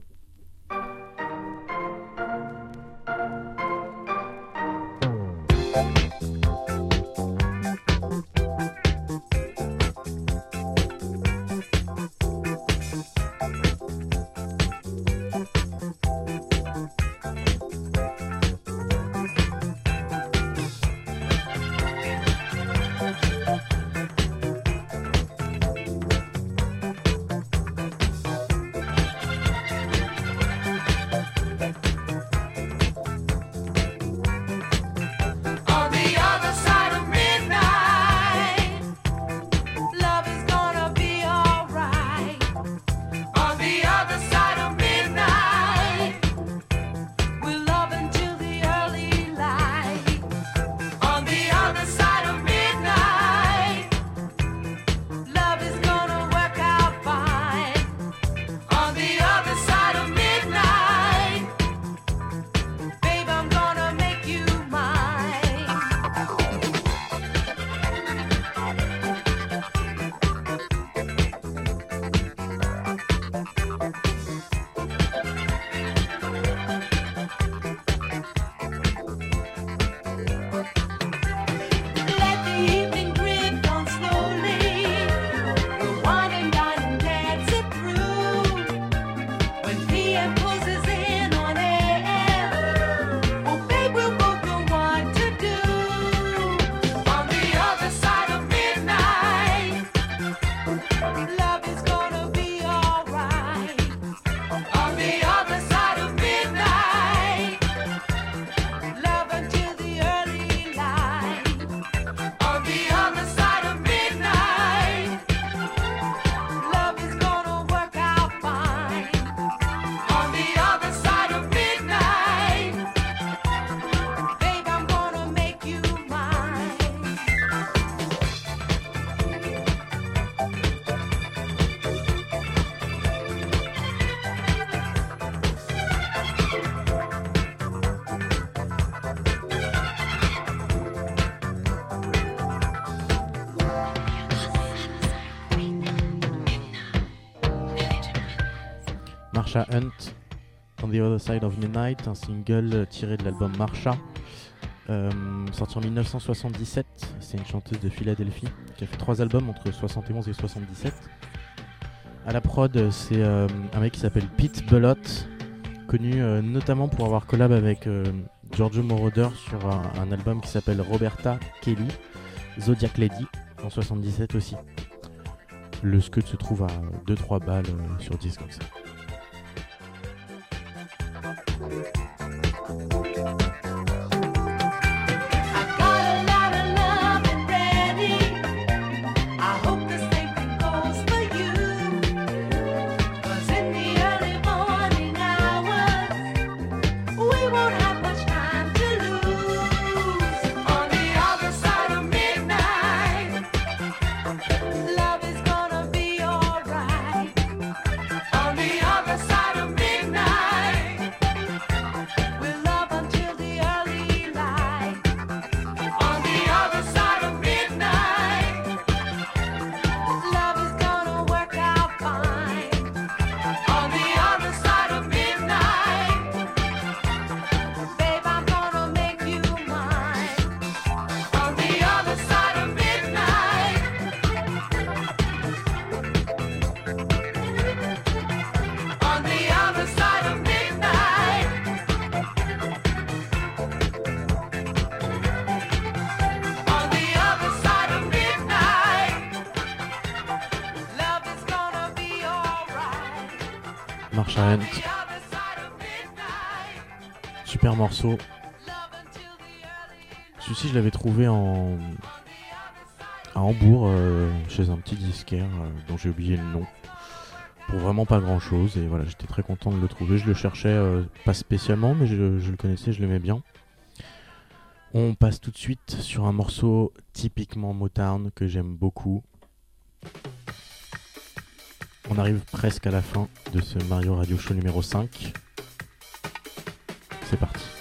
Marsha Hunt, On the Other Side of Midnight, un single tiré de l'album Marsha, sorti en 1977. C'est une chanteuse de Philadelphie qui a fait 3 albums entre 71 et 77. À la prod, c'est un mec qui s'appelle Pete Bellotte, connu notamment pour avoir collab avec Giorgio Moroder sur un album qui s'appelle Roberta Kelly, Zodiac Lady, en 77 aussi. Le scud se trouve à 2-3 balles sur Discogs. Marshall. Super morceau. Celui-ci, je l'avais trouvé à Hambourg, chez un petit disquaire dont j'ai oublié le nom, pour vraiment pas grand chose. Et voilà, j'étais très content de le trouver. Je le cherchais pas spécialement, mais je le connaissais, je l'aimais bien. On passe tout de suite sur un morceau typiquement Motown que j'aime beaucoup. On arrive presque à la fin de ce Mario Radio Show numéro 5. C'est parti.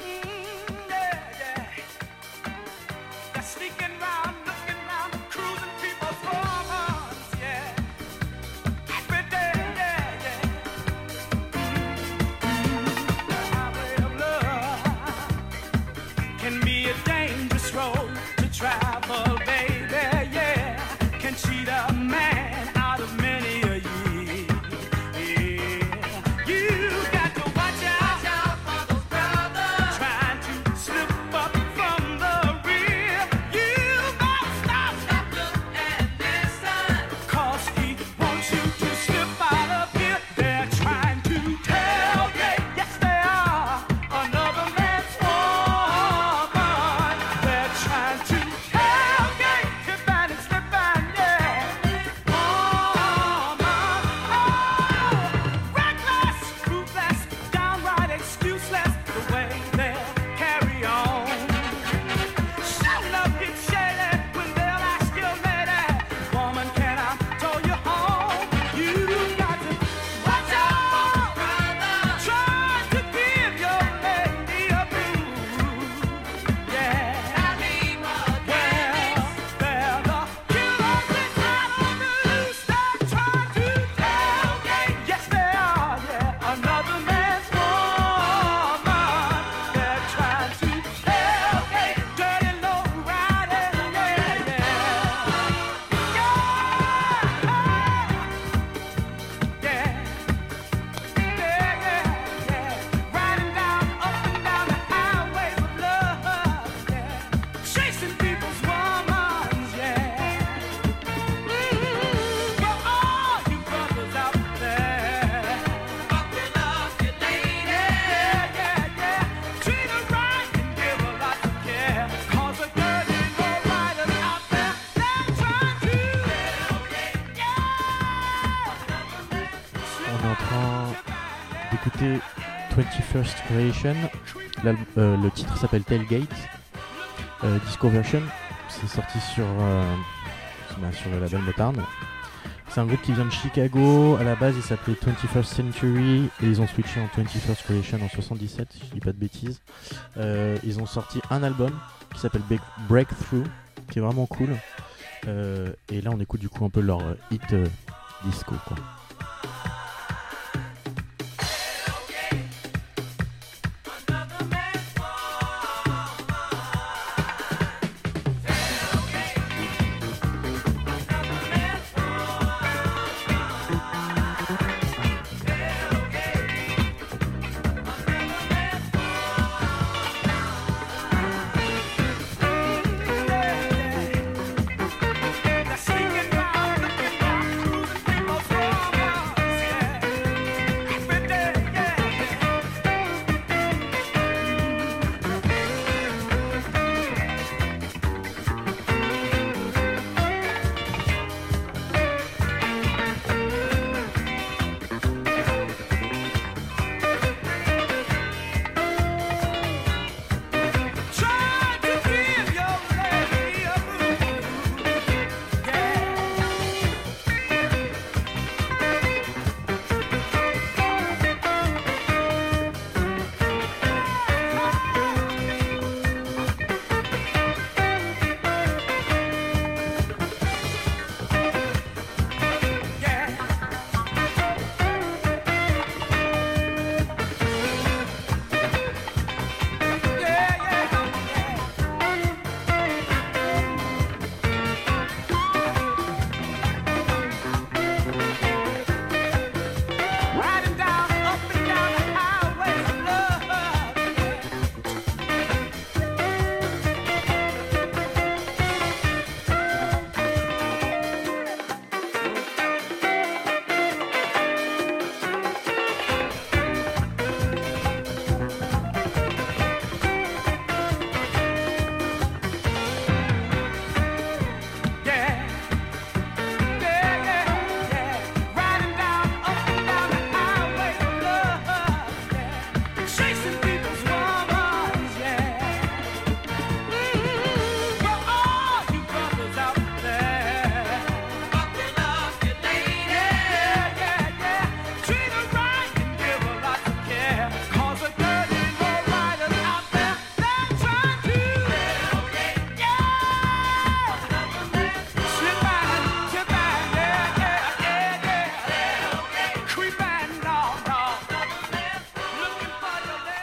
Écoutez 21st Creation, le titre s'appelle Tailgate, disco version, c'est sorti sur le label Motown. C'est un groupe qui vient de Chicago, à la base il s'appelait 21st Century et ils ont switché en 21st Creation en 77, si je dis pas de bêtises. Ils ont sorti un album qui s'appelle Breakthrough, qui est vraiment cool, et là on écoute du coup un peu leur hit disco quoi. Singing round, looking round, cruising people's home.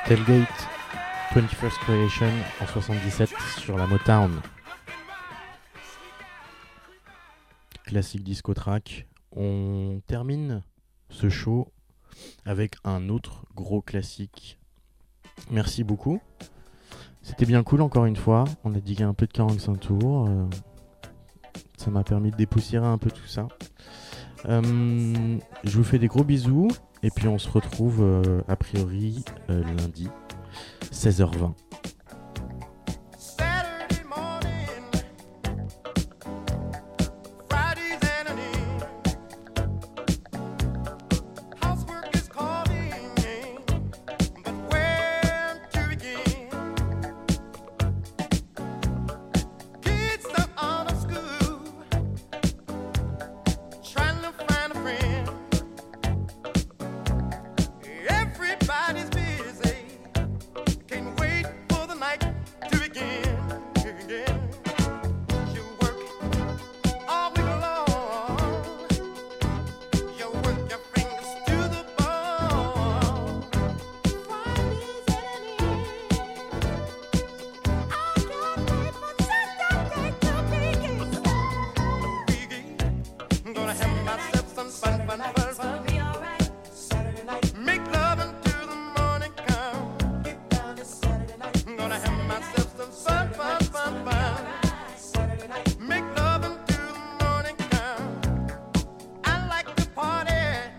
Tailgate, 21st Creation en 77 sur la Motown. Classique disco track. On termine ce show avec un autre gros classique. Merci beaucoup. C'était bien cool encore une fois. On a digué un peu de 45 tours. Ça m'a permis de dépoussiérer un peu tout ça. Je vous fais des gros bisous. Et puis on se retrouve a priori lundi, 16h20. Saturday morning, Friday's ending. Housework is calling, but where to begin? Kids are out of school, trying to find a friend. Everybody's busy, can't wait for the night to begin. You work all week long, you work your fingers to the bone. Friday's ending, I can't wait for Saturday to begin. Gonna have myself some fun, fun, fun, fun. Make love until the morning come. Get down to Saturday night. I'm gonna have myself some fun, fun, fun, fun. Saturday night. Make love until the morning come. I like to party.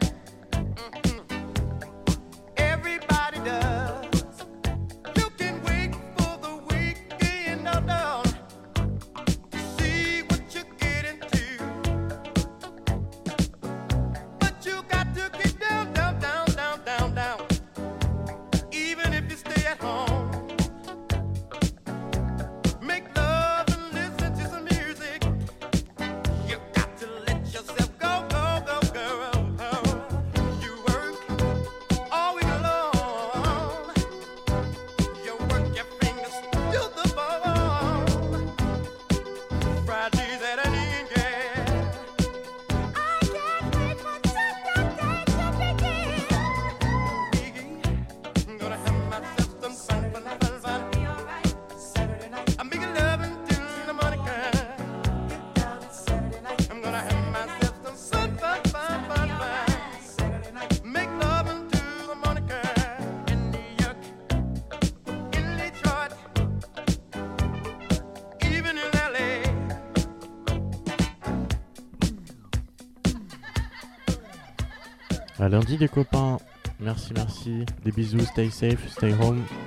Everybody does. You can wait for the weekend down to see what you get into. But you got to get down, down, down, down, down, down. Even if you stay at home, make love and listen to some music. You got to let yourself go, go, go, girl. You work all week long. You work your fingers to the bone. Friday's at an end, yeah. I can't wait for Saturday to begin. I'm gonna have myself some fun, fun, fun, fun. Saturday night. I'm making love until the morning comes. I'm gonna have myself some fun, fun, fun, fun, fun. Saturday night. Make love until the morning comes. In New York, in Detroit, even in LA. À lundi les copains. Merci, merci. Des bisous, stay safe, stay home.